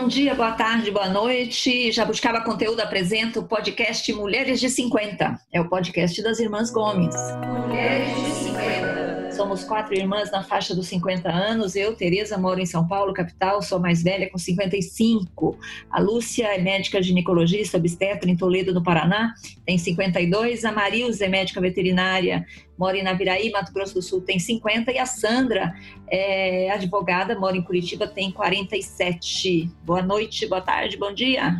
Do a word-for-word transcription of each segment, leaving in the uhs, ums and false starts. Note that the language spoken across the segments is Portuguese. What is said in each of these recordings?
bom dia, boa tarde, boa noite. Já buscava conteúdo, apresento o podcast Mulheres de cinquenta. É o podcast das Irmãs Gomes. Mulheres de cinquenta. Somos quatro irmãs na faixa dos cinquenta anos. Eu, Tereza, moro em São Paulo, capital, sou mais velha, com cinquenta e cinco. A Lúcia é médica ginecologista, obstetra em Toledo, no Paraná, tem cinquenta e dois. A Marilza é médica veterinária, mora em Naviraí, Mato Grosso do Sul, tem cinquenta. E a Sandra é advogada, mora em Curitiba, tem quarenta e sete. Boa noite, boa tarde, bom dia.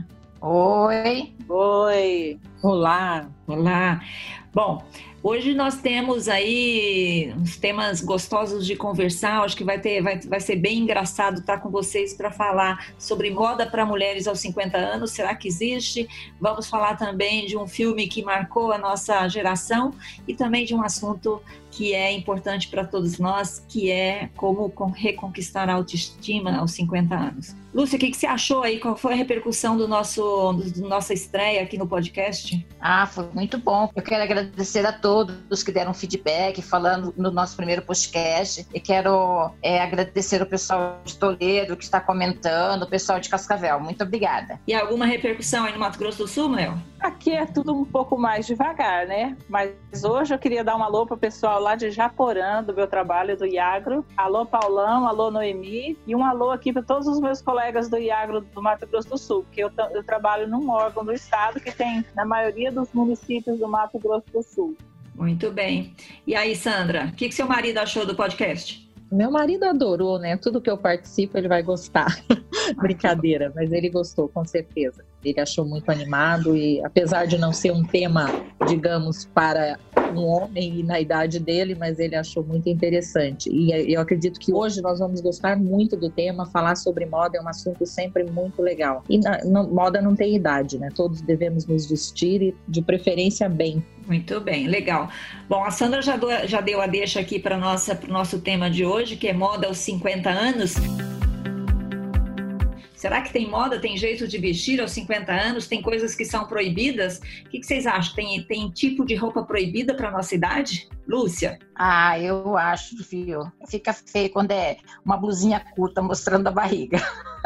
Oi. Oi. Olá. Olá. Bom, hoje nós temos aí uns temas gostosos de conversar. Acho que vai, ter, vai, vai ser bem engraçado estar com vocês para falar sobre moda para mulheres aos cinquenta anos. Será que existe? Vamos falar também de um filme que marcou a nossa geração e também de um assunto que é importante para todos nós, que é como reconquistar a autoestima aos cinquenta anos. Lúcia, o que, que você achou aí? Qual foi a repercussão do nosso, do nossa estreia aqui no podcast? Ah, foi muito bom. Eu quero agradecer a todos que deram feedback falando no nosso primeiro podcast. E quero é, agradecer o pessoal de Toledo que está comentando, o pessoal de Cascavel. Muito obrigada. E alguma repercussão aí no Mato Grosso do Sul, Mel? Aqui é tudo um pouco mais devagar, né? Mas hoje eu queria dar um alô para o pessoal lá de Japorã, do meu trabalho do Iagro. Alô, Paulão, alô, Noemi. E um alô aqui para todos os meus colegas do Iagro do Mato Grosso do Sul, porque eu, eu trabalho num órgão do estado que tem na maioria dos municípios do Mato Grosso do Sul. Muito bem. E aí, Sandra, o que, que seu marido achou do podcast? Meu marido adorou, né? Tudo que eu participo ele vai gostar. Brincadeira, mas ele gostou, com certeza. Ele achou muito animado e, apesar de não ser um tema, digamos, para um homem e na idade dele, mas ele achou muito interessante. E eu acredito que hoje nós vamos gostar muito do tema. Falar sobre moda é um assunto sempre muito legal. E na, no, moda não tem idade, né? Todos devemos nos vestir e, de preferência, bem. Muito bem, legal. Bom, a Sandra já, do, já deu a deixa aqui para o nosso tema de hoje, que é moda aos cinquenta anos. Será que tem moda, tem jeito de vestir aos cinquenta anos? Tem coisas que são proibidas? O que, que vocês acham? Tem, tem tipo de roupa proibida para a nossa idade? Lúcia? Ah, eu acho, viu? Fica feio quando é uma blusinha curta mostrando a barriga.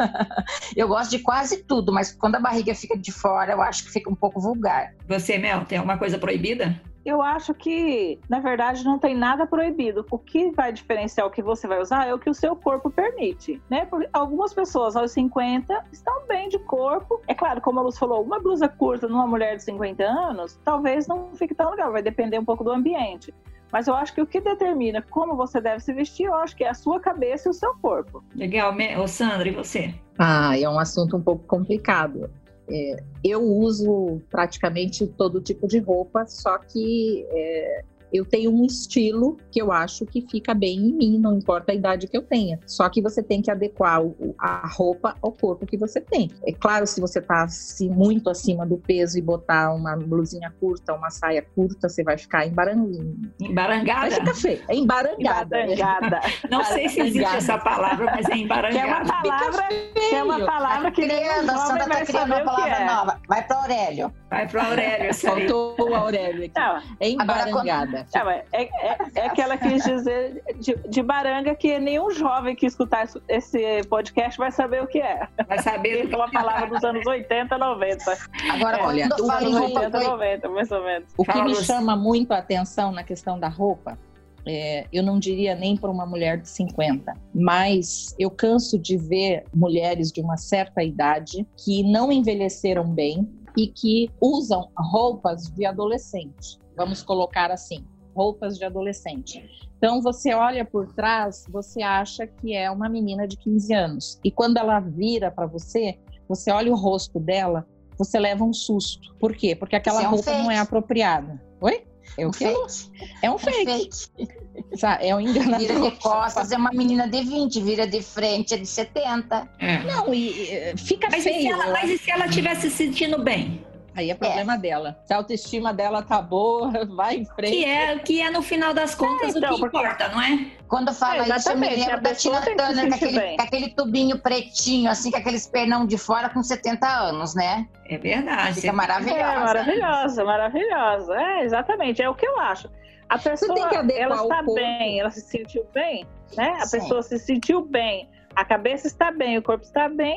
Eu gosto de quase tudo, mas quando a barriga fica de fora, eu acho que fica um pouco vulgar. Você, Mel, tem alguma coisa proibida? Eu acho que, na verdade, não tem nada proibido. O que vai diferenciar o que você vai usar é o que o seu corpo permite, né? Porque algumas pessoas aos cinquenta estão bem de corpo. É claro, como a Luz falou, uma blusa curta numa mulher de cinquenta anos, talvez não fique tão legal, vai depender um pouco do ambiente. Mas eu acho que o que determina como você deve se vestir, eu acho que é a sua cabeça e o seu corpo. Legal. Ô, Sandra, e você? Ah, é um assunto um pouco complicado. É, eu uso praticamente todo tipo de roupa, só que é, eu tenho um estilo que eu acho que fica bem em mim, não importa a idade que eu tenha. Só que você tem que adequar o, a roupa ao corpo que você tem. É claro, se você está assim, muito acima do peso e botar uma blusinha curta, uma saia curta, você vai ficar embarangada. Embarangada? Vai ficar feio. É embarangada. Embarangada. Não sei se existe essa palavra, mas é embarangada. Que é uma palavra, que, é uma palavra que nem o jovem vai saber o que é. Nova. Vai para o Aurélio. Vai para o Aurélio. Faltou o Aurélio aqui. Não, é embarangada. Não, é, é, é que ela quis dizer de, de baranga que nenhum jovem que escutar esse podcast vai saber o que é. Vai saber. É uma palavra dos anos oitenta, noventa. Agora, é, olha, dos anos oitenta, noventa, mais ou menos. O que me chama muito a atenção na questão da roupa, é, eu não diria nem para uma mulher de cinquenta, mas eu canso de ver mulheres de uma certa idade que não envelheceram bem e que usam roupas de adolescente. Vamos colocar assim, roupas de adolescente. Então, você olha por trás, você acha que é uma menina de quinze anos. E quando ela vira para você, você olha o rosto dela, você leva um susto. Por quê? Porque aquela é um roupa fake. não é apropriada. Oi? É um o quê? Fake. É um fake. É um fake. É um enganador. Vira de costas, é uma menina de vinte, vira de frente, é de setenta. É. Não, e, e fica mas feio. E se ela, mas e se ela estiver se sentindo bem? Aí é problema é. dela. Se a autoestima dela tá boa, vai em frente. Que é, que é no final das contas, é, então, o que porque... importa, não é? Quando fala é, isso, eu me lembro da Tina Turner com aquele, com aquele tubinho pretinho, assim, com aqueles pernão de fora com setenta anos, né? É verdade. Fica maravilhosa. É, maravilhosa, maravilhosa. É, exatamente, é o que eu acho. A pessoa, ela está bem, ela se sentiu bem, né? A Sim. pessoa se sentiu bem, a cabeça está bem, o corpo está bem,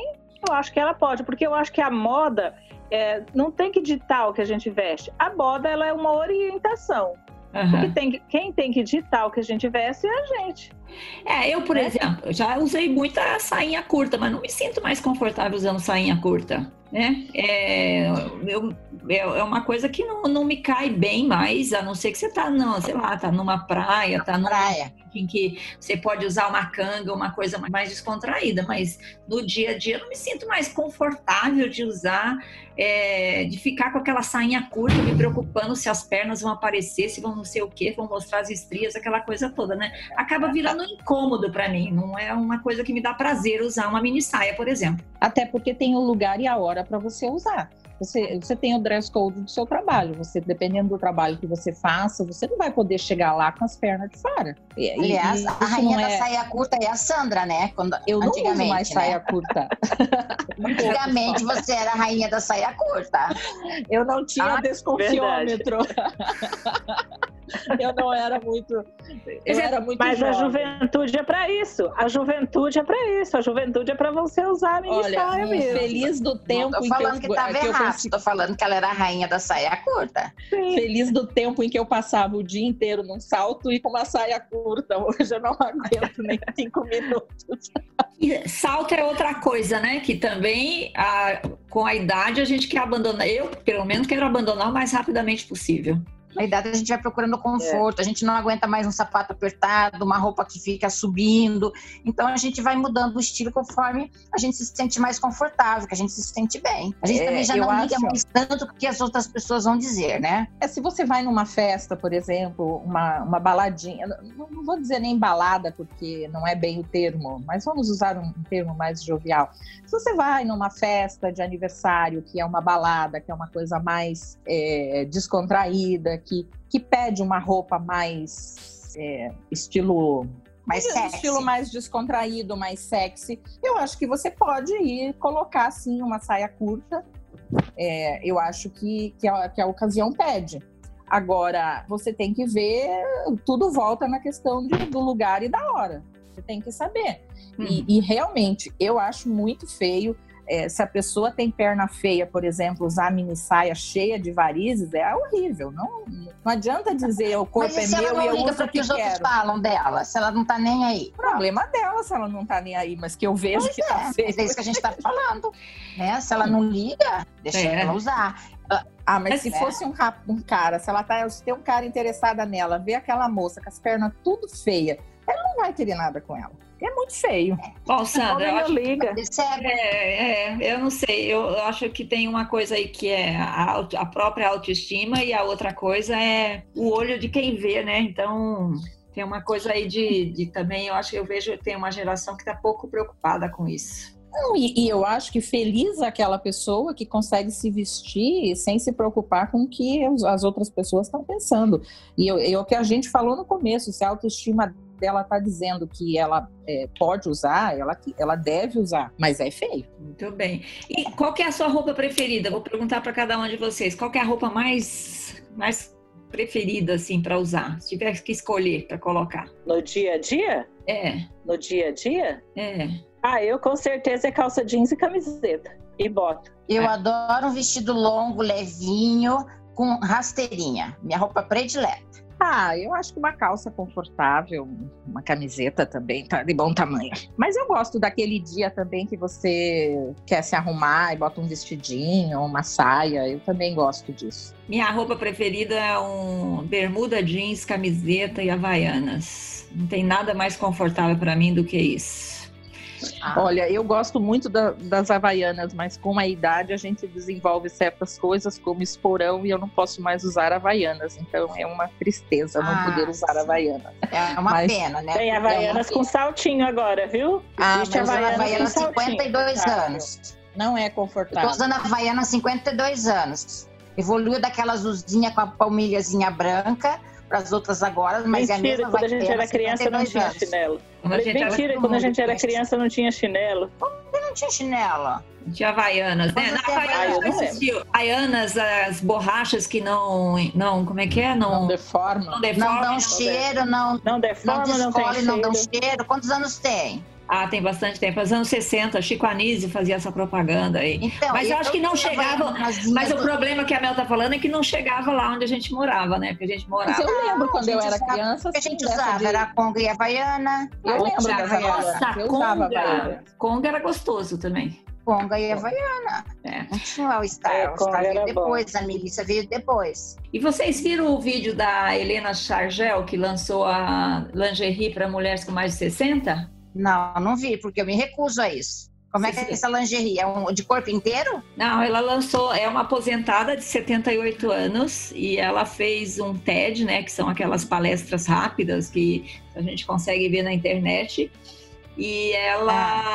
Eu acho que ela pode, porque eu acho que a moda é, não tem que ditar o que a gente veste. A moda, ela é uma orientação. Uhum. Porque tem, quem tem que ditar o que a gente veste é a gente. É, eu, por é. exemplo, já usei muita sainha curta, mas não me sinto mais confortável usando sainha curta, né? É, eu, é uma coisa que não, não me cai bem mais, a não ser que você tá, não, sei lá, tá numa praia, tá numa praia em que você pode usar uma canga, uma coisa mais descontraída, mas no dia a dia eu não me sinto mais confortável de usar, é, de ficar com aquela sainha curta, me preocupando se as pernas vão aparecer, se vão não sei o que, vão mostrar as estrias, aquela coisa toda, né? Acaba virando incômodo para mim, não é uma coisa que me dá prazer usar uma mini saia, por exemplo. Até porque tem o lugar e a hora para você usar. Você, você tem o dress code do seu trabalho, você, dependendo do trabalho que você faça, você não vai poder chegar lá com as pernas de fora. E, Aliás, e a rainha da é... saia curta é a Sandra, né? Quando, eu não uso mais né? saia curta. Antigamente você era a rainha da saia curta. Eu não tinha ah, desconfiômetro. Eu não era muito. Eu era muito Mas jovem. A juventude é para isso. A juventude é para isso. A juventude é para você usar a mini Olha, saia mesmo. Feliz do tempo não tô em falando que eu, que tava que errado. eu consegui... Tô falando que ela era a rainha da saia curta. Sim. Feliz do tempo em que eu passava o dia inteiro num salto e com uma saia curta. Hoje eu não aguento nem cinco minutos. E salto é outra coisa, né? Que também, a, com a idade, a gente quer abandonar. Eu, pelo menos, quero abandonar o mais rapidamente possível. Na idade a gente vai procurando conforto, é. a gente não aguenta mais um sapato apertado, uma roupa que fica subindo. Então a gente vai mudando o estilo conforme a gente se sente mais confortável, que a gente se sente bem. A gente é, também já não liga acho... mais tanto o que as outras pessoas vão dizer, né? É, se você vai numa festa, por exemplo, uma, uma baladinha, não, não vou dizer nem balada, porque não é bem o termo, mas vamos usar um, um termo mais jovial. Se você vai numa festa de aniversário, que é uma balada, que é uma coisa mais é, descontraída, Que, que pede uma roupa mais é, estilo mais sexy. Estilo mais descontraído, mais sexy, eu acho que você pode ir colocar assim uma saia curta. É, eu acho que, que, a, que a ocasião pede. Agora, você tem que ver, tudo volta na questão de, do lugar e da hora. Você tem que saber. Hum. E, e realmente, eu acho muito feio. É, se a pessoa tem perna feia, por exemplo, usar mini saia cheia de varizes, é horrível. Não, não adianta dizer o corpo é meu e eu uso o que os outros falam dela, se ela não tá nem aí. O problema dela se ela não tá nem aí, mas que eu vejo pois que é, tá feio. É isso que a gente tá falando. Né? Se ela não liga, deixa é. ela usar. Ah, mas se é. fosse um, um cara, se ela tá, se tem um cara interessada nela, vê aquela moça com as pernas tudo feia, ela não vai querer nada com ela. É muito feio. Bom, Sandra, eu, acho liga. Que, é, é, eu não sei, eu acho que tem uma coisa aí que é a, a própria autoestima e a outra coisa é o olho de quem vê, né? Então, tem uma coisa aí de, de também, eu acho que eu vejo que tem uma geração que está pouco preocupada com isso. Não, e, e eu acho que feliz aquela pessoa que consegue se vestir sem se preocupar com o que as outras pessoas estão pensando. E é o que a gente falou no começo, se a autoestima dela está dizendo que ela é, pode usar, ela, ela deve usar, mas é feio. Muito bem. E qual que é a sua roupa preferida? Vou perguntar para cada uma de vocês. Qual que é a roupa mais, mais preferida, assim, para usar? Se tiver que escolher para colocar. No dia a dia? É. No dia a dia? É. Ah, eu com certeza é calça jeans e camiseta. E bota. Eu é. adoro um vestido longo, levinho, com rasteirinha. Minha roupa predileta. Ah, eu acho que uma calça confortável, uma camiseta também tá de bom tamanho. Mas eu gosto daquele dia também que você quer se arrumar e bota um vestidinho, uma saia. Eu também gosto disso. Minha roupa preferida é um bermuda jeans, camiseta e havaianas. Não tem nada mais confortável para mim do que isso. Ah. Olha, eu gosto muito da, das havaianas, mas com a idade a gente desenvolve certas coisas como esporão e eu não posso mais usar havaianas, então é uma tristeza não ah, poder usar havaianas. É uma mas... pena, né? Tem havaianas é com saltinho agora, viu? Ah, mas havaianas, havaianas há cinquenta e dois anos. Não é confortável. Eu tô usando havaiana há cinquenta e dois anos. Evoluiu daquela azulzinha com a palmilhazinha branca para as outras agora, mas mentira, é a mesma quando a gente era criança não tinha anos. Chinelo. Quando a gente mentira, era... quando a gente era criança não tinha chinelo. Como que não tinha chinelo? Não tinha havaianas, né? Na havaianas existiu. Havaianas, as borrachas que não, não, como é que é? Não, não deformam. Não, deforma, não dão não cheiro, não, não deforma, não descolhe, não, não dão cheiro. Quantos anos tem? Ah, tem bastante tempo. Nos anos sessenta, Chico Anísio fazia essa propaganda aí. Então, mas eu acho que não chegava... Mas o problema que a Mel tá falando é que não chegava lá onde a gente morava, né? Porque a gente morava... Mas eu lembro quando eu era criança... Que a gente usava, de... era a conga e a havaiana. Eu lembro da havaiana. Nossa, eu usava havaiana. Conga era gostoso também. Conga e havaiana. É. Não tinha o Star. É, o Star veio depois, bom. A milícia veio depois. E vocês viram o vídeo da Helena Chargel, que lançou a lingerie para mulheres com mais de sessenta? Não, não vi, porque eu me recuso a isso. Como é que é essa lingerie? É um de corpo inteiro? Não, ela lançou, é uma aposentada de setenta e oito anos e ela fez um TED, né, que são aquelas palestras rápidas que a gente consegue ver na internet. E ela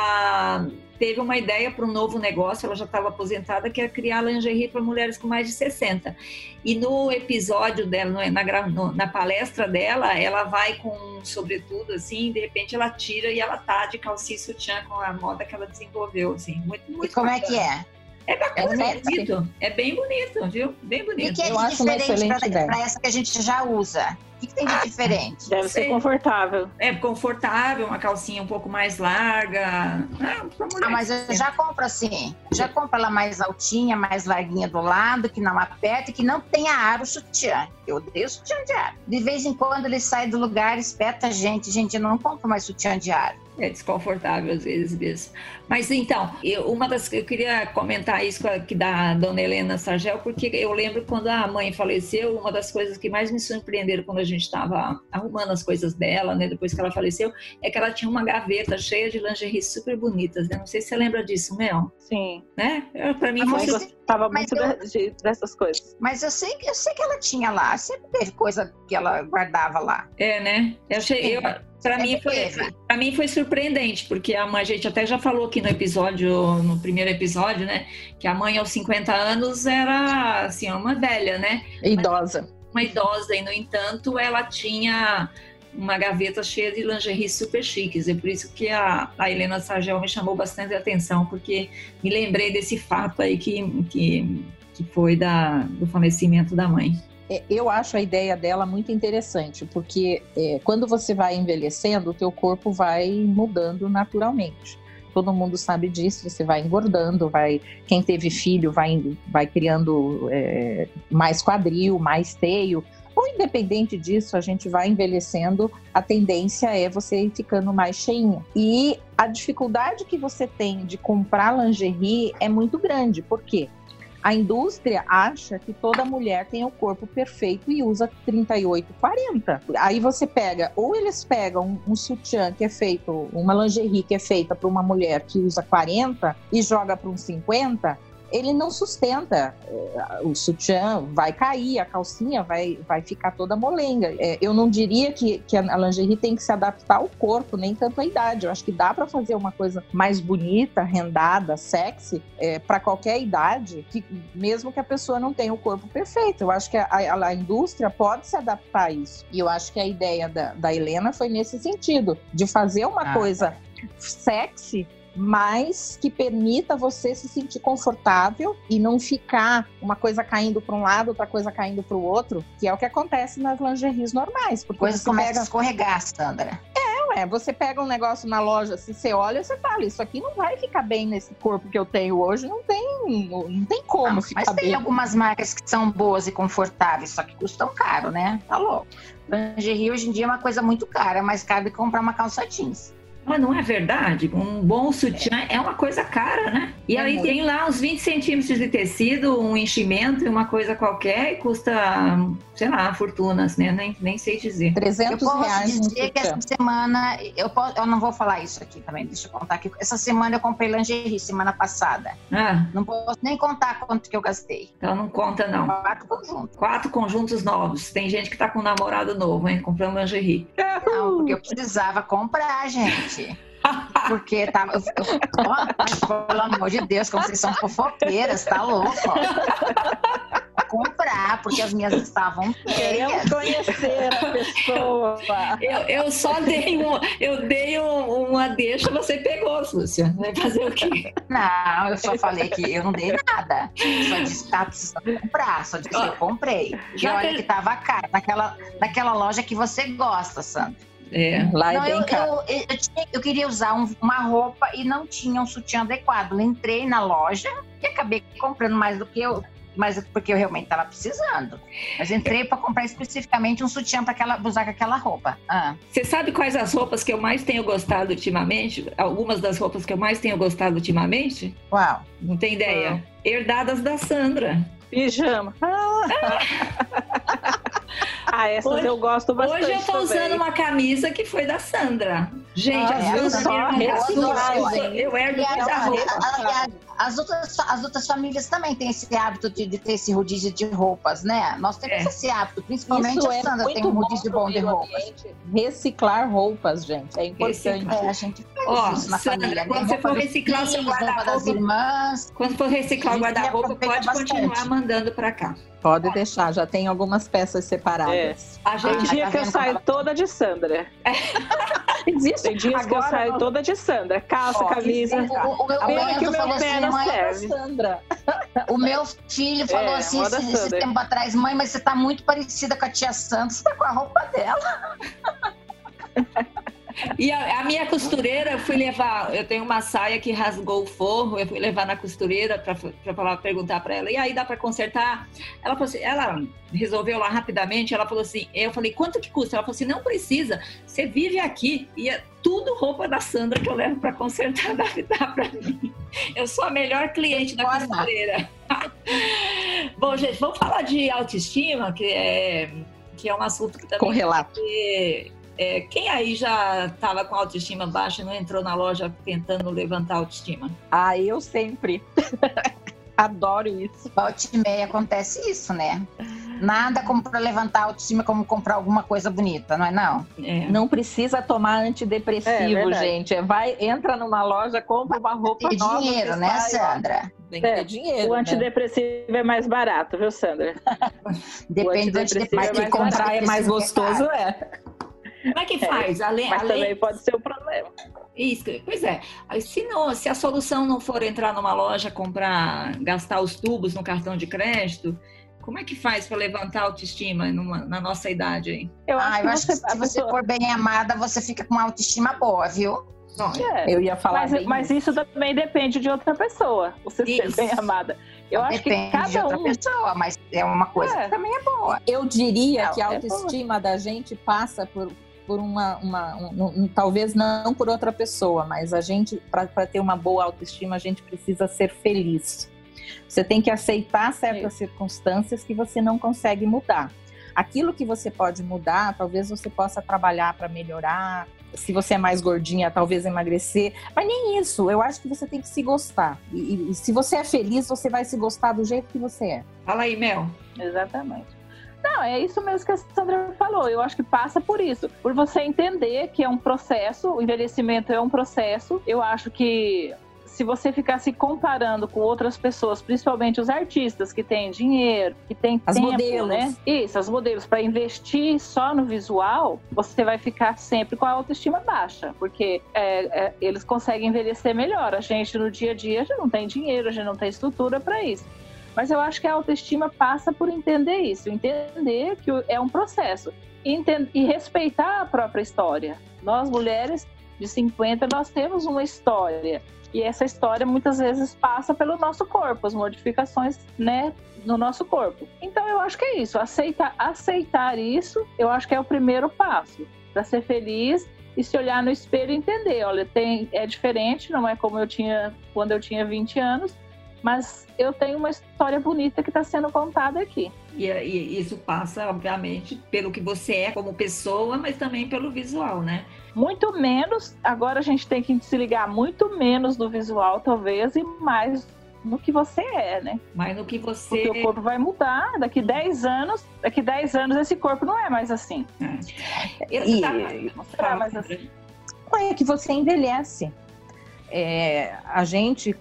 ah. teve uma ideia para um novo negócio, ela já estava aposentada, que é criar lingerie para mulheres com mais de sessenta. E no episódio dela, na, no, na palestra dela, ela vai com um sobretudo, assim, de repente ela tira e ela tá de calcinha e sutiã com a moda que ela desenvolveu, assim. Muito, muito e como bacana. É que é? É bacana, é bonito. É bem bonito, viu? Bem bonito. E que é Eu acho uma excelente pra, ideia. Para essa que a gente já usa? O que, que tem de ah, diferente? Deve ser confortável. É confortável, uma calcinha um pouco mais larga. Ah, ah mas eu já compro assim. Já compro ela mais altinha, mais larguinha do lado, que não aperta e que não tenha aro sutiã. Eu odeio sutiã de aro. De vez em quando ele sai do lugar, espeta a gente. Gente, eu não compro mais sutiã de aro. É desconfortável às vezes mesmo. Mas então, eu, uma das, eu queria comentar isso aqui da dona Helena Sargel, porque eu lembro quando a mãe faleceu, uma das coisas que mais me surpreenderam quando a gente estava arrumando as coisas dela, né, depois que ela faleceu, é que ela tinha uma gaveta cheia de lingerie super bonitas, né? Não sei se você lembra disso, Mel. Sim. Né? Para mim, foi... gostava muito eu, de, dessas coisas. Mas eu sei, eu sei que ela tinha lá, sempre teve coisa que ela guardava lá. É, né? Eu achei... Eu... Para mim, foi, pra mim foi surpreendente, porque a mãe, a gente até já falou aqui no episódio, no primeiro episódio, né? Que a mãe aos cinquenta anos era, assim, uma velha, né? Idosa. Mas, uma idosa, e no entanto, ela tinha uma gaveta cheia de lingerie super chiques. É por isso que a, a Helena Sargel me chamou bastante atenção, porque me lembrei desse fato aí que, que, que foi da, do falecimento da mãe. Eu acho a ideia dela muito interessante, porque é, quando você vai envelhecendo, o teu corpo vai mudando naturalmente. Todo mundo sabe disso, você vai engordando, vai, quem teve filho vai, vai criando é, mais quadril, mais seio. Ou independente disso, a gente vai envelhecendo, a tendência é você ir ficando mais cheinha. E a dificuldade que você tem de comprar lingerie é muito grande. Por quê? A indústria acha que toda mulher tem o corpo perfeito e usa trinta e oito, quarenta. Aí você pega, ou eles pegam um, um sutiã que é feito, uma lingerie que é feita para uma mulher que usa quarenta e joga para um cinquenta, ele não sustenta. O sutiã vai cair, a calcinha vai, vai ficar toda molenga. Eu não diria que, que a lingerie tem que se adaptar ao corpo, nem tanto à idade. Eu acho que dá para fazer uma coisa mais bonita, rendada, sexy, é, para qualquer idade, que, mesmo que a pessoa não tenha o corpo perfeito. Eu acho que a, a, a indústria pode se adaptar a isso. E eu acho que a ideia da, da Helena foi nesse sentido, de fazer uma ah, coisa sexy, mas que permita você se sentir confortável e não ficar uma coisa caindo para um lado, outra coisa caindo para o outro, que é o que acontece nas lingeries normais. Porque coisas começam pega... a escorregar, Sandra. É, ué, você pega um negócio na loja, se você olha, você fala, isso aqui não vai ficar bem nesse corpo que eu tenho hoje, não tem, não tem como não, ficar mas bem. Mas tem algumas marcas que são boas e confortáveis, só que custam caro, né? Tá louco. Lingerie hoje em dia é uma coisa muito cara, é mais caro do que comprar uma calça jeans. Mas não é verdade? Um bom sutiã é uma coisa cara, né? E é aí muito. Tem lá uns vinte centímetros de tecido, um enchimento e uma coisa qualquer e custa, sei lá, fortunas, né? Nem, nem sei dizer. trezentos reais. Eu posso dizer que essa semana, eu, posso, eu não vou falar isso aqui também, deixa eu contar aqui. Essa semana eu comprei lingerie, semana passada. Ah. Não posso nem contar quanto que eu gastei. Então não conta, não. Quatro conjuntos. Quatro conjuntos novos. Tem gente que tá com um namorado novo, hein? Comprando lingerie. Não, porque eu precisava comprar, gente. Porque tá. Eu, eu, ó, mas, pelo amor de Deus, como vocês são fofoqueiras, tá louco? Ó. Comprar, porque as minhas estavam querendo conhecer a pessoa. Eu, eu só dei, um, eu dei um, uma deixa, você pegou, Lúcia. Vai fazer o quê? Não, eu só falei que eu não dei nada. Só disse que tá precisando comprar, só disse que eu comprei. Já e olha que tava caro, naquela, naquela loja que você gosta, Sandra. É. Lá Não, é bem eu, caro. eu, eu, eu tinha- eu queria usar um- uma roupa e não tinha um sutiã adequado. Eu entrei na loja e acabei comprando mais do que eu, mas porque eu realmente estava precisando. Mas entrei para comprar especificamente um sutiã para aquela, usar com aquela roupa. Ah. Você sabe quais as roupas que eu mais tenho gostado ultimamente? Algumas das roupas que eu mais tenho gostado ultimamente? Uau. Não tem ideia? Herdadas da Sandra. Pijama. Ah, ah essas Hoje- eu gosto bastante. Hoje eu tô também. usando uma camisa que foi da Sandra. Gente, Ah, as é, duas só minhas irmãs, reciclagem. eu, sou- eu herdo E a- muita a- roupa. a- a- as, outras, as outras famílias também têm esse hábito de, de ter esse rodízio de roupas, né? Nós temos É. esse hábito, principalmente Isso a é Sandra tem muito um rodízio bom bom pro de meio roupas. ambiente. Reciclar roupas, gente, é importante. Reciclar. É, a gente faz Ó, isso na Sandra, família. quando Tem você roupa for dos reciclar seu filhos, roupa das guarda-roupa- irmãs. Quando for reciclar o A gente guarda-roupa, aproveita pode bastante. continuar mandando pra cá. Pode deixar, já tem algumas peças separadas. A Tem gente Ah, dia tá que eu vendo saio como- toda de Sandra. Existe Tem dias que eu agora saio nós- toda de Sandra. Calça, Ó, camisa. existe- O, o meu Pena que Enzo o meu falou pé assim, não mãe, serve. Sandra. o meu filho falou É, assim moda esse, esse Sandra. tempo atrás, mãe, mas você tá muito parecida com a tia Sandra, você tá com a roupa dela. E a, a minha costureira, eu fui levar, eu tenho uma saia que rasgou o forro, eu fui levar na costureira para falar, perguntar para ela, e aí dá para consertar? Ela falou assim, ela resolveu lá rapidamente, ela falou assim, eu falei, quanto que custa? Ela falou assim, não precisa, você vive aqui, e é tudo roupa da Sandra que eu levo para consertar, dá para mim. Eu sou a melhor cliente da Bora. costureira. Bom, gente, vamos falar de autoestima, que é, que é um assunto que também... Correlato. que, é, quem aí já estava com autoestima baixa e não entrou na loja tentando levantar a autoestima? Ah, eu sempre. Adoro isso. Volta e meia acontece isso, né? Nada como para levantar a autoestima, como comprar alguma coisa bonita, não é não? É. Não precisa tomar antidepressivo, É, verdade. gente. É, vai, entra numa loja, compra uma roupa Ter nova. dinheiro, você né, sai, Sandra? Tem que É, ter dinheiro, O né? antidepressivo é mais barato, viu, Sandra? Depende do antidepressivo Mas é que mais comprar é mais antidepressivo gostoso, é. Como é que faz? Além, Mas além... também pode ser um problema. Isso, pois é. Se, não, se a solução não for entrar numa loja, comprar, gastar os tubos no cartão de crédito, como é que faz para levantar a autoestima numa, na nossa idade aí? Eu acho Ah, eu que acho você, que se a você pessoa- for bem amada, você fica com uma autoestima boa, viu? Bom, É, Eu ia falar mas, bem mas isso. isso também depende de outra pessoa. Você ser Isso. bem amada. Eu acho que Depende de cada outra um. pessoa, mas é uma coisa É. que também é boa. Eu diria Não, que a é autoestima da gente passa por, por uma, uma um, um, talvez não por outra pessoa, mas a gente, para ter uma boa autoestima, a gente precisa ser feliz. Você tem que aceitar certas circunstâncias que você não consegue mudar. Aquilo que você pode mudar, talvez você possa trabalhar para melhorar. Se você é mais gordinha, talvez emagrecer. Mas nem isso. Eu acho que você tem que se gostar. E, e se você é feliz, você vai se gostar do jeito que você é. fala aí, Mel. Exatamente. Não, é isso mesmo que a Sandra falou. Eu acho que passa por isso. Por você entender que é um processo, o envelhecimento é um processo. Eu acho que se você ficar se comparando com outras pessoas, principalmente os artistas que têm dinheiro, que têm As tempo, modelos. né? Isso, as modelos, para investir só no visual, você vai ficar sempre com a autoestima baixa, porque é, é, eles conseguem envelhecer melhor. A gente no dia a dia já não tem dinheiro, a gente não tem estrutura para isso. Mas eu acho que a autoestima passa por entender isso, entender que é um processo e, entender, e respeitar a própria história. Nós, mulheres de cinquenta, nós temos uma história. E essa história muitas vezes passa pelo nosso corpo, as modificações, né, no nosso corpo. Então eu acho que é isso, aceitar, aceitar isso, eu acho que é o primeiro passo para ser feliz e se olhar no espelho e entender, olha, tem, é diferente, não é como eu tinha quando eu tinha vinte anos, mas eu tenho uma história bonita que está sendo contada aqui. E, e isso passa, obviamente, pelo que você é como pessoa, mas também pelo visual, né? Muito menos, agora a gente tem que se ligar muito menos no visual, talvez, e mais no que você é, né? Mas no que você... Porque o corpo vai mudar, daqui dez anos, daqui dez anos esse corpo não é mais assim. É. E- Não será mais assim. É que você envelhece. É, a gente,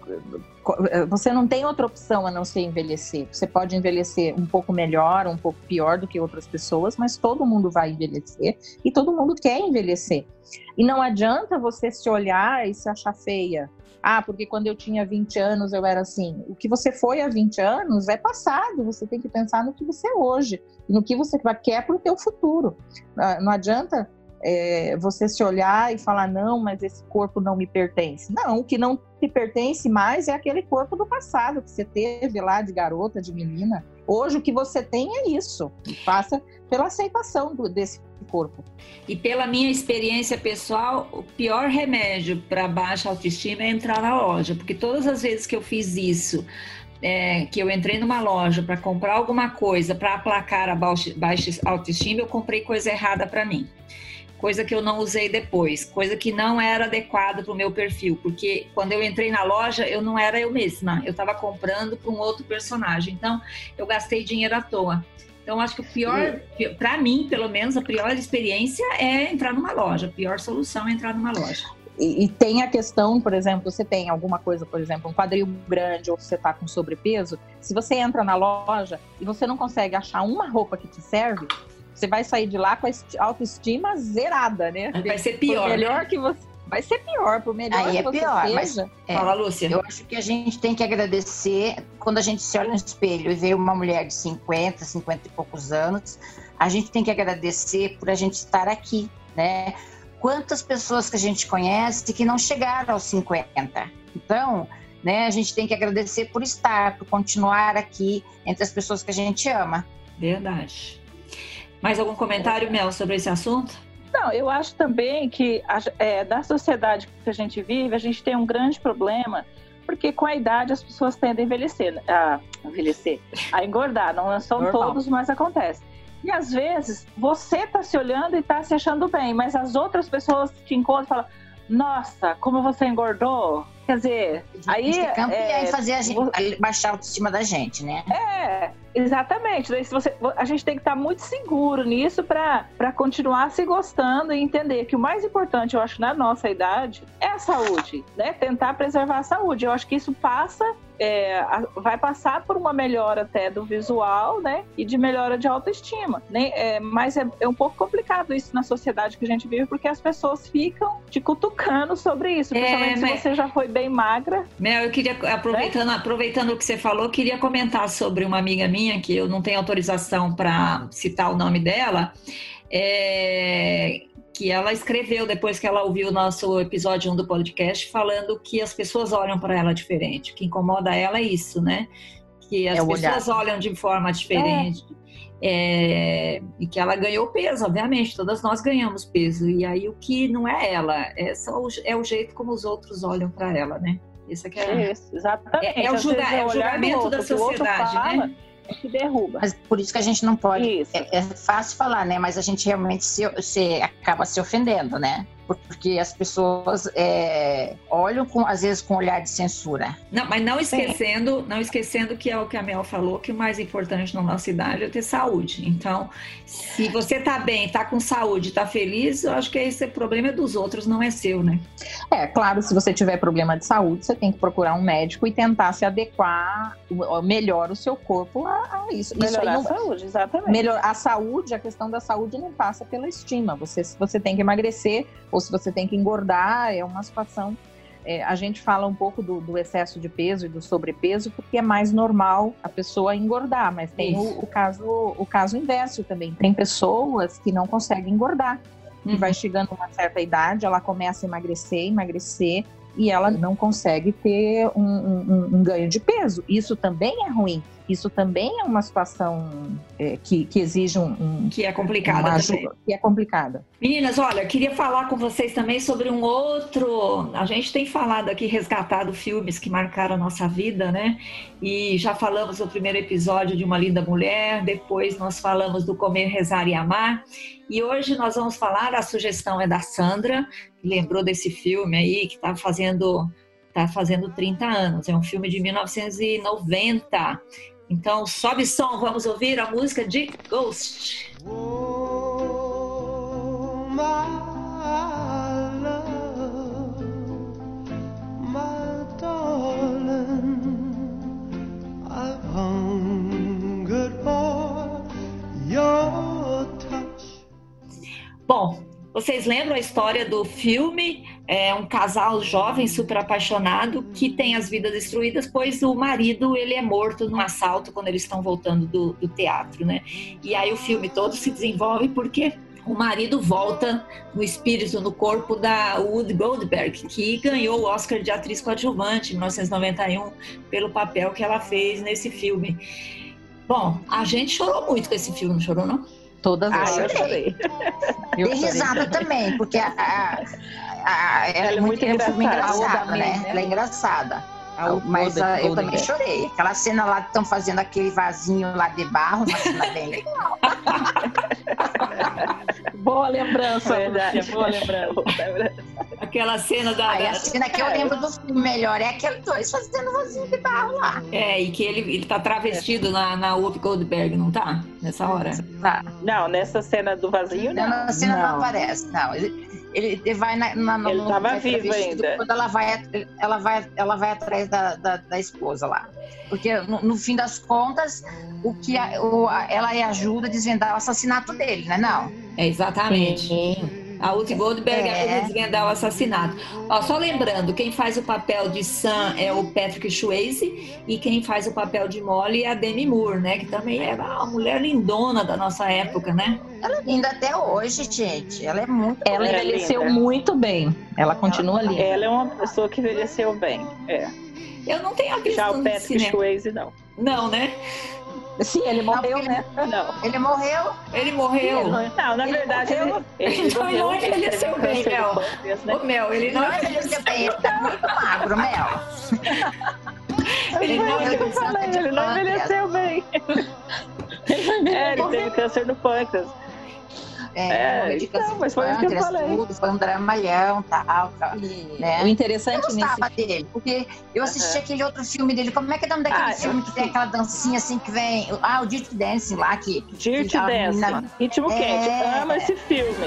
você não tem outra opção a não ser envelhecer. Você pode envelhecer um pouco melhor, um pouco pior do que outras pessoas, mas todo mundo vai envelhecer e todo mundo quer envelhecer. E não adianta você se olhar e se achar feia. Ah, porque quando eu tinha vinte anos eu era assim. O que você foi há vinte anos é passado. Você tem que pensar no que você é hoje, no que você quer para o teu futuro. Não adianta é, você se olhar e falar, não, mas esse corpo não me pertence. Não, o que não te pertence mais é aquele corpo do passado que você teve lá de garota, de menina. Hoje o que você tem é isso. E passa pela aceitação do, desse corpo. E pela minha experiência pessoal, o pior remédio para baixa autoestima é entrar na loja, porque todas as vezes que eu fiz isso, é, que eu entrei numa loja para comprar alguma coisa para aplacar a baixa, baixa autoestima, eu comprei coisa errada para mim. Coisa que eu não usei depois, coisa que não era adequada para o meu perfil, porque quando eu entrei na loja, eu não era eu mesma, eu estava comprando para um outro personagem, então eu gastei dinheiro à toa. Então, acho que o pior, para mim, pelo menos, a pior experiência é entrar numa loja, a pior solução é entrar numa loja. E, e tem a questão, por exemplo, você tem alguma coisa, por exemplo, um quadril grande ou você está com sobrepeso, se você entra na loja e você não consegue achar uma roupa que te serve, você vai sair de lá com a autoestima zerada, né? Vai ser pior, por melhor né? que você... Vai ser pior, por melhor Aí que é você pior, seja. mas, é, Fala, Lúcia. Eu acho que a gente tem que agradecer quando a gente se olha no espelho e vê uma mulher de cinquenta, cinquenta e poucos anos, a gente tem que agradecer por a gente estar aqui, né? Quantas pessoas que a gente conhece que não chegaram aos cinquenta? Então, né, a gente tem que agradecer por estar, por continuar aqui entre as pessoas que a gente ama. Verdade. Mais algum comentário, Mel, sobre esse assunto? Não, eu acho também que a, é, da sociedade que a gente vive, a gente tem um grande problema, porque com a idade as pessoas tendem a envelhecer, a envelhecer, a engordar. Não são Normal. Todos, mas acontece. E às vezes você está se olhando e está se achando bem, mas as outras pessoas te encontram e falam, nossa, como você engordou. Quer dizer, aí... Tem que campear é, e fazer a gente, você... baixar a autoestima da gente, né? É, exatamente. Daí, se você, a gente tem que estar muito seguro nisso para continuar se gostando e entender que o mais importante, eu acho, na nossa idade, é a saúde, né? Tentar preservar a saúde. Eu acho que isso passa... É, vai passar por uma melhora até do visual, né, e de melhora de autoestima, né? É, mas é, é um pouco complicado isso na sociedade que a gente vive, porque as pessoas ficam te cutucando sobre isso, principalmente é, mas... se você já foi bem magra. Mel, eu queria, aproveitando, né? aproveitando o que você falou, queria comentar sobre uma amiga minha, que eu não tenho autorização para citar o nome dela, é... que ela escreveu depois que ela ouviu o nosso episódio um do podcast, falando que as pessoas olham para ela diferente. O que incomoda ela é isso, né? Que as é pessoas olhar. olham de forma diferente. É. É, e que ela ganhou peso, obviamente. Todas nós ganhamos peso. E aí o que não é ela, é, só o, é o jeito como os outros olham para ela, né? Isso aqui é, isso, exatamente. É, é, o, julga, é o julgamento outro, da sociedade, né? Que derruba. Mas por isso que a gente não pode... É, é fácil falar, né? Mas a gente realmente se, se acaba se ofendendo, né? Porque as pessoas é, olham, com, às vezes, com um olhar de censura. Não, mas não esquecendo, não esquecendo que é o que a Mel falou, que o mais importante na nossa idade é ter saúde. Então, se você tá bem, tá com saúde, tá feliz, eu acho que esse problema é dos outros, não é seu, né? É, claro, se você tiver problema de saúde, você tem que procurar um médico e tentar se adequar melhor o seu corpo a, a isso. Melhorar isso a saúde, exatamente. Melhor, a saúde, a questão da saúde não passa pela estima. Você, você tem que emagrecer, ou se você tem que engordar, é uma situação... É, a gente fala um pouco do, do excesso de peso e do sobrepeso, porque é mais normal a pessoa engordar, mas tem o, o, caso, o caso inverso também. Tem pessoas que não conseguem engordar, que uhum. vai chegando a uma certa idade, ela começa a emagrecer, emagrecer, e ela não consegue ter um, um, um ganho de peso. Isso também é ruim. Isso também é uma situação é, que, que exige um, um... Que é complicada uma também. ajuda, que é complicada. Meninas, olha, queria falar com vocês também sobre um outro... A gente tem falado aqui, resgatado filmes que marcaram a nossa vida, né? E já falamos no primeiro episódio de Uma Linda Mulher, depois nós falamos do Comer, Rezar e Amar. E hoje nós vamos falar, a sugestão é da Sandra, que lembrou desse filme aí, que está fazendo, tá fazendo trinta anos. É um filme de mil novecentos e noventa. Então, sobe som, vamos ouvir a música de Ghost. Oh, my love, my darling, I've hungered for your touch. Bom, vocês lembram a história do filme? É um casal jovem, super apaixonado, que tem as vidas destruídas, pois o marido ele é morto num assalto quando eles estão voltando do, do teatro, né? E aí o filme todo se desenvolve porque o marido volta no espírito, no corpo da Whoopi Goldberg, que ganhou o Oscar de atriz coadjuvante em mil novecentos e noventa e um pelo papel que ela fez nesse filme. Bom, a gente chorou muito com esse filme, não chorou, não? Todas Ah, as eu chorei. Dei risada também, porque a, a, a, ela, ela é muito, muito engraçada, né? né? Ela é engraçada. Mas a, eu também chorei. Aquela cena lá que estão fazendo aquele vasinho lá de barro, uma cena bem legal. Boa lembrança, verdade. Boa lembrança. Aquela cena da... Aí a cena que eu lembro do filme melhor é aqueles dois fazendo vasinho de barro lá. É, e que ele, ele tá travestido é. na, na Whoopi Goldberg, não tá? Nessa hora? Tá. Não, nessa cena do vasinho não. Nessa cena não, não aparece, não. Ele, ele, ele vai na... na ele no, tava vivo ainda. Quando ela vai, ela vai, ela vai atrás da, da, da esposa lá. Porque, no, no fim das contas, o que a, o, a, ela ajuda a desvendar o assassinato dele, né? Não? É, exatamente. Sim. A Whoopi Goldberg é. ajuda a desvendar o assassinato. Ó, só lembrando, quem faz o papel de Sam é o Patrick Swayze e quem faz o papel de Molly é a Demi Moore, né? Que também é uma mulher lindona da nossa época, né? Ela é linda até hoje, gente. Ela é muito Ela é envelheceu linda. muito bem. Ela continua linda. Ela é uma pessoa que envelheceu bem. É. Eu não tenho a visão. Já o Patrick Swayze, não. Não, né? Sim, ele morreu, não, né? Não. Ele morreu? Ele morreu. Não, na ele verdade, morreu. ele, ele então, morreu. Ele não envelheceu bem, Mel. Né? Ô, Mel, ele não, não envelheceu bem. Ele tá muito magro, Mel. Ele não, eu falei, ele não envelheceu bem. É, ele teve câncer no pâncreas. É, é então, mas foi isso que eu falei. Tudo, foi um dramalhão, tal, né? O interessante eu gostava nesse... dele, porque eu assisti uhum. aquele outro filme dele. Como é que é o nome daquele ah, filme que tem aquela dancinha assim que vem? Ah, o Dirty Dancing lá que... Dirty Dancing, na... Ritmo é... Quente. Amo esse filme.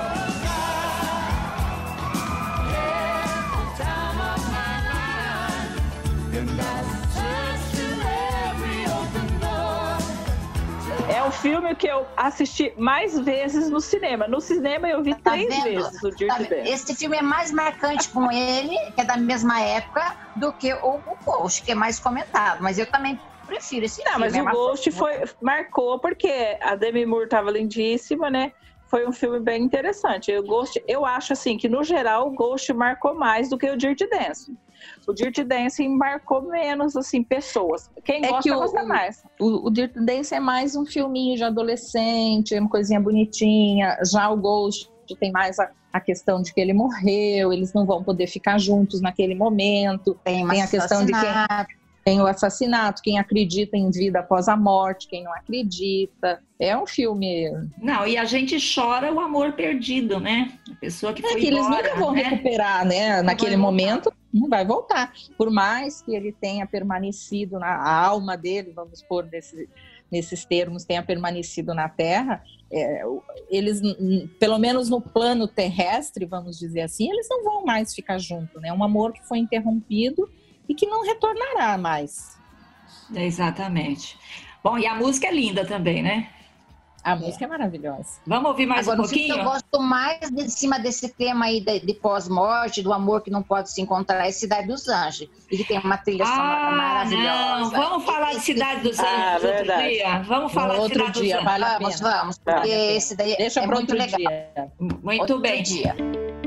É um filme que eu assisti mais vezes no cinema. No cinema eu vi tá três vendo? vezes o Dirty tá Dancing. Esse filme é mais marcante com ele, que é da mesma época, do que o, o Ghost, que é mais comentado. Mas eu também prefiro esse Não, filme. Mas é o Ghost foi, marcou porque a Demi Moore estava lindíssima, né? Foi um filme bem interessante. O Ghost, eu acho assim que, no geral, o Ghost marcou mais do que o Dirty Dancing. O Dirty Dancing marcou menos, assim, pessoas. Quem é gosta, que o, gosta mais. O, o Dirty Dancing é mais um filminho de adolescente, é uma coisinha bonitinha. Já o Ghost tem mais a, a questão de que ele morreu, eles não vão poder ficar juntos naquele momento. Tem, tem a questão de quem... Tem o assassinato, quem acredita em vida após a morte, quem não acredita. É um filme... Não, e a gente chora o amor perdido, né? A pessoa que foi é que embora, eles nunca vão né? recuperar, né? Não Naquele momento, não vai voltar. Por mais que ele tenha permanecido, na a alma dele, vamos pôr nesse, nesses termos, tenha permanecido na Terra, é, eles, pelo menos no plano terrestre, vamos dizer assim, eles não vão mais ficar juntos, né? Um amor que foi interrompido e que não retornará mais. Exatamente. Bom, e a música é linda também, né? A é. música é maravilhosa. Vamos ouvir mais Agora, um pouquinho? Eu gosto mais de cima desse tema aí de, de pós-morte, do amor que não pode se encontrar, é Cidade dos Anjos. Ele tem uma trilha sonora ah, maravilhosa. Não, vamos falar de Cidade dos Anjos ah, outro verdade. dia. Vamos falar no de outro Cidade dia, dos Anjos. vale a vamos, pena. vamos, porque vale esse daí Deixa é para muito outro legal. dia. Muito outro bem. Dia.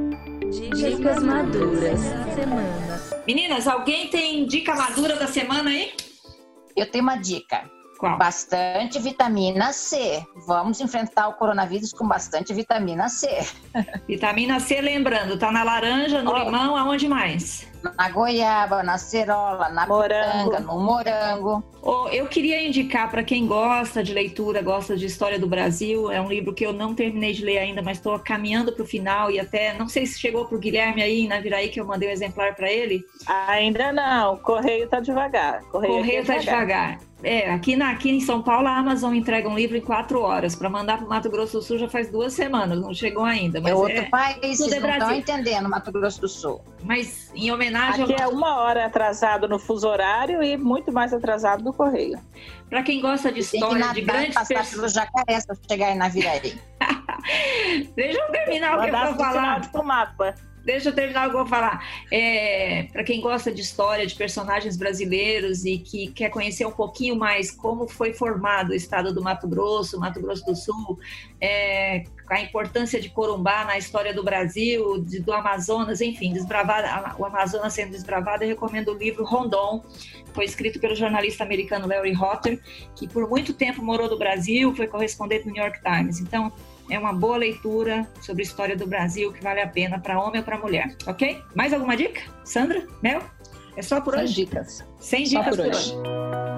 Dicas maduras da semana. Meninas, alguém tem dica madura da semana aí? Eu tenho uma dica. Qual? Bastante vitamina C. Vamos enfrentar o coronavírus com bastante vitamina C. Vitamina C, lembrando, tá na laranja, no oh. limão, aonde mais? Na goiaba, na cerola, na morango. pitanga, no morango. Oh, eu queria indicar para quem gosta de leitura, gosta de história do Brasil, é um livro que eu não terminei de ler ainda, mas estou caminhando para o final e até, não sei se chegou para o Guilherme aí, na Viraí, que eu mandei um exemplar para ele. Ainda não, o correio tá devagar. Correio, correio tá devagar. devagar. É, aqui, na, aqui em São Paulo, a Amazon entrega um livro em quatro horas. Para mandar para o Mato Grosso do Sul já faz duas semanas, não chegou ainda. Mas é outro é, país, vocês é não estão entendendo, Mato Grosso do Sul. Mas em homenagem... Aqui ao... é uma hora atrasado no fuso horário e muito mais atrasado no correio. Para quem gosta de história, tem que nadar, de grandes passar pessoas... pelo jacaré para chegar aí na Viraí. Deixa eu terminar o que eu vou falar. Pro mapa. deixa eu terminar o que eu vou falar. É, para quem gosta de história, de personagens brasileiros e que quer conhecer um pouquinho mais como foi formado o estado do Mato Grosso, Mato Grosso do Sul, é, a importância de Corumbá na história do Brasil, de, do Amazonas, enfim, desbravar, o Amazonas sendo desbravado, eu recomendo o livro Rondon, foi escrito pelo jornalista americano Larry Hotter, que por muito tempo morou no Brasil, foi correspondente do New York Times. Então, é uma boa leitura sobre a história do Brasil que vale a pena para homem ou para mulher, ok? Mais alguma dica? Sandra? Mel? É só por Sem hoje? dicas. Sem dicas por por hoje. hoje.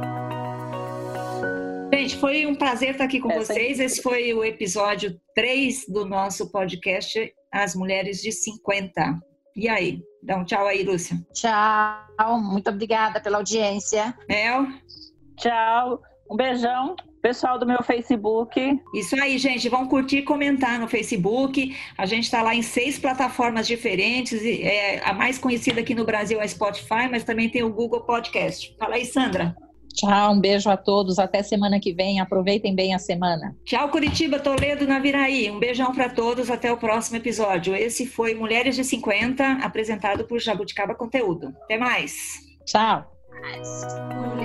Gente, foi um prazer estar aqui com É, vocês. sem- Esse foi o episódio três do nosso podcast As Mulheres de cinquenta. E aí? Dá um tchau aí, Lúcia. Tchau, muito obrigada pela audiência. Mel? Tchau, um beijão. Pessoal do meu Facebook. Isso aí, gente. Vão curtir e comentar no Facebook. A gente está lá em seis plataformas diferentes. E, é, a mais conhecida aqui no Brasil é a Spotify, mas também tem o Google Podcast. Fala aí, Sandra. Tchau, um beijo a todos. Até semana que vem. Aproveitem bem a semana. Tchau, Curitiba, Toledo, Naviraí. Um beijão para todos. Até o próximo episódio. Esse foi Mulheres de cinquenta, apresentado por Jabuticaba Conteúdo. Até mais. Tchau. Mulheres